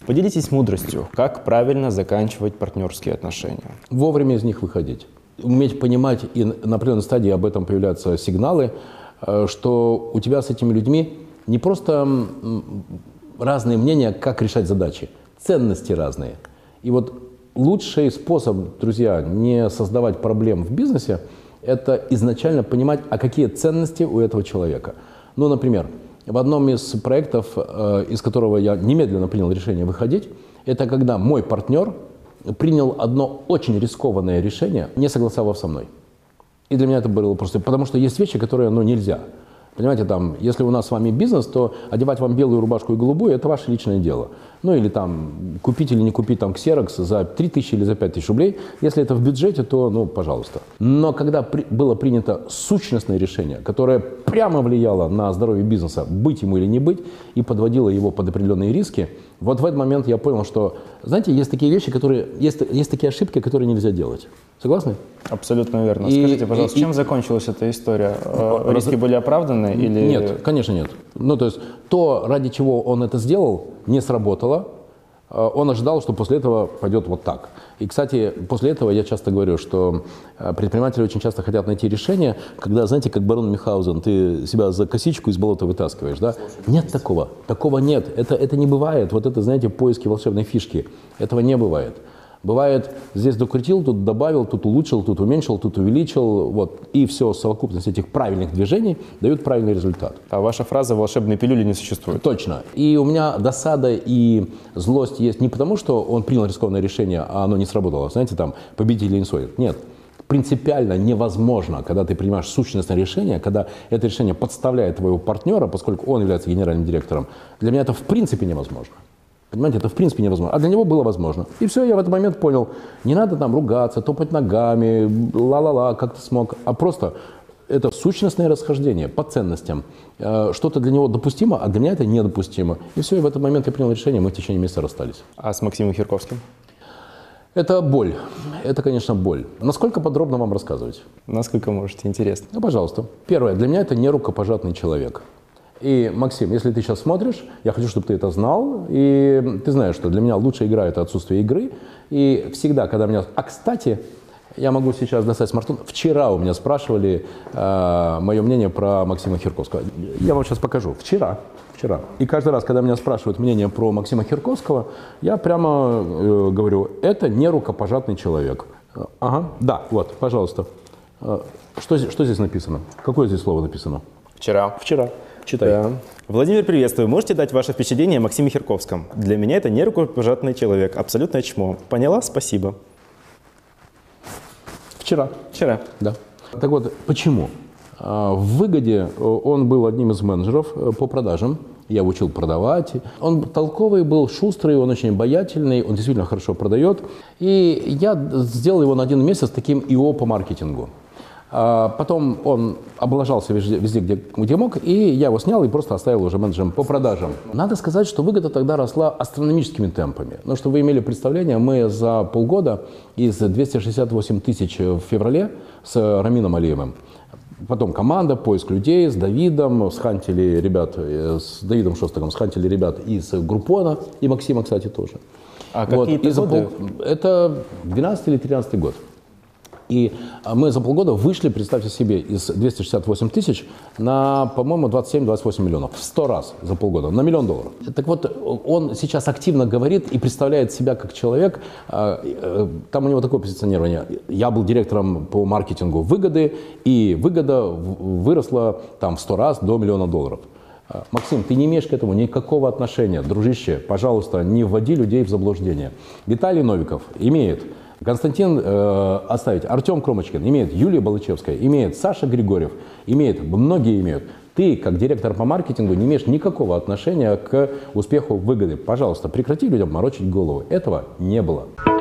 Поделитесь мудростью, как правильно заканчивать партнерские отношения. Вовремя из них выходить. Уметь понимать, и на определенной стадии об этом появляются сигналы, что у тебя с этими людьми не просто разные мнения, как решать задачи, ценности разные. И вот лучший способ, друзья, не создавать проблем в бизнесе, это изначально понимать, а какие ценности у этого человека. Ну, например, в одном из проектов, из которого я немедленно принял решение выходить, это когда мой партнер принял одно очень рискованное решение, не согласовав со мной. И для меня это было просто... Потому что есть вещи, которые, нельзя. Понимаете, там, если у нас с вами бизнес, то одевать вам белую рубашку и голубую – это ваше личное дело. Ну, или там, купить или не купить там ксерокс за 3000 или за 5000 рублей. Если это в бюджете, то, пожалуйста. Но когда было принято сущностное решение, которое прямо влияло на здоровье бизнеса, быть ему или не быть, и подводило его под определенные риски, вот в этот момент я понял, что, знаете, есть такие вещи, есть такие ошибки, которые нельзя делать. Согласны? Абсолютно верно. Скажите, пожалуйста, чем закончилась эта история? Риски были оправданы или... Нет, конечно нет. То есть то, ради чего он это сделал, не сработало. Он ожидал, что после этого пойдет вот так. И, кстати, после этого я часто говорю, что предприниматели очень часто хотят найти решение, когда, знаете, как барон Мюнхгаузен, ты себя за косичку из болота вытаскиваешь, да? Нет такого. Такого нет. Это не бывает. Вот это, знаете, поиски волшебной фишки. Этого не бывает. Бывает, здесь докрутил, тут добавил, тут улучшил, тут уменьшил, тут увеличил. Вот. И все, совокупность этих правильных движений дают правильный результат. А ваша фраза «волшебной пилюли» не существует? Точно. И у меня досада и злость есть не потому, что он принял рискованное решение, а оно не сработало. Знаете, там, победитель или инсолит. Нет. Принципиально невозможно, когда ты принимаешь сущностное решение, когда это решение подставляет твоего партнера, поскольку он является генеральным директором. Для меня это в принципе невозможно. Понимаете, это в принципе невозможно. А для него было возможно. И все, я в этот момент понял, не надо там ругаться, топать ногами, ла-ла-ла, как ты смог, а просто это сущностное расхождение по ценностям. Что-то для него допустимо, а для меня это недопустимо. И все, и в этот момент я принял решение, мы в течение месяца расстались. А с Максимом Хирковским? Это боль. Это, конечно, боль. Насколько подробно вам рассказывать? Насколько можете, интересно. Ну, пожалуйста. Первое, для меня это не рукопожатный человек. И, Максим, если ты сейчас смотришь, я хочу, чтобы ты это знал, и ты знаешь, что для меня лучшая игра – это отсутствие игры. И всегда, когда меня… А, кстати, я могу сейчас достать смартфон. Вчера у меня спрашивали мое мнение про Максима Хирковского. Я вам сейчас покажу. Вчера. И каждый раз, когда меня спрашивают мнение про Максима Хирковского, я прямо говорю, это не рукопожатный человек. Ага, да, вот, пожалуйста. Что здесь написано? Какое здесь слово написано? Вчера. Читай. Да. Владимир, приветствую. Можете дать ваше впечатление о Максиме Хирковском? Для меня это не рукопожатный человек, абсолютное чмо. Поняла? Спасибо. Вчера. Да. Так вот, почему? В «Выгоде» он был одним из менеджеров по продажам. Я его учил продавать. Он толковый был, шустрый, он очень обаятельный, он действительно хорошо продает. И я сделал его на 1 месяц таким ИО по маркетингу. Потом он облажался везде, где мог, и я его снял и просто оставил уже менеджером по продажам. Надо сказать, что «Выгода» тогда росла астрономическими темпами. Но чтобы вы имели представление, мы за полгода из 268 тысяч в феврале с Рамином Алиевым, потом команда, поиск людей с Давидом, схантили ребят, с Давидом Шостаком, схантили ребят из Группона, и Максима, кстати, тоже. А какие годы? Это 12 или 13 год. И мы за полгода вышли, представьте себе, из 268 тысяч на, по-моему, 27-28 миллионов. В 100 раз за полгода, на $1 миллион. Так вот, он сейчас активно говорит и представляет себя как человек. Там у него такое позиционирование. Я был директором по маркетингу «Выгоды», и «Выгода» выросла там в 100 раз до $1 миллиона. Максим, ты не имеешь к этому никакого отношения. Дружище, пожалуйста, не вводи людей в заблуждение. Виталий Новиков имеет, Константин оставить, Артем Кромочкин имеет, Юлия Балычевская имеет, Саша Григорьев имеет, многие имеют. Ты, как директор по маркетингу, не имеешь никакого отношения к успеху «Выгоды». Пожалуйста, прекрати людям морочить голову. Этого не было.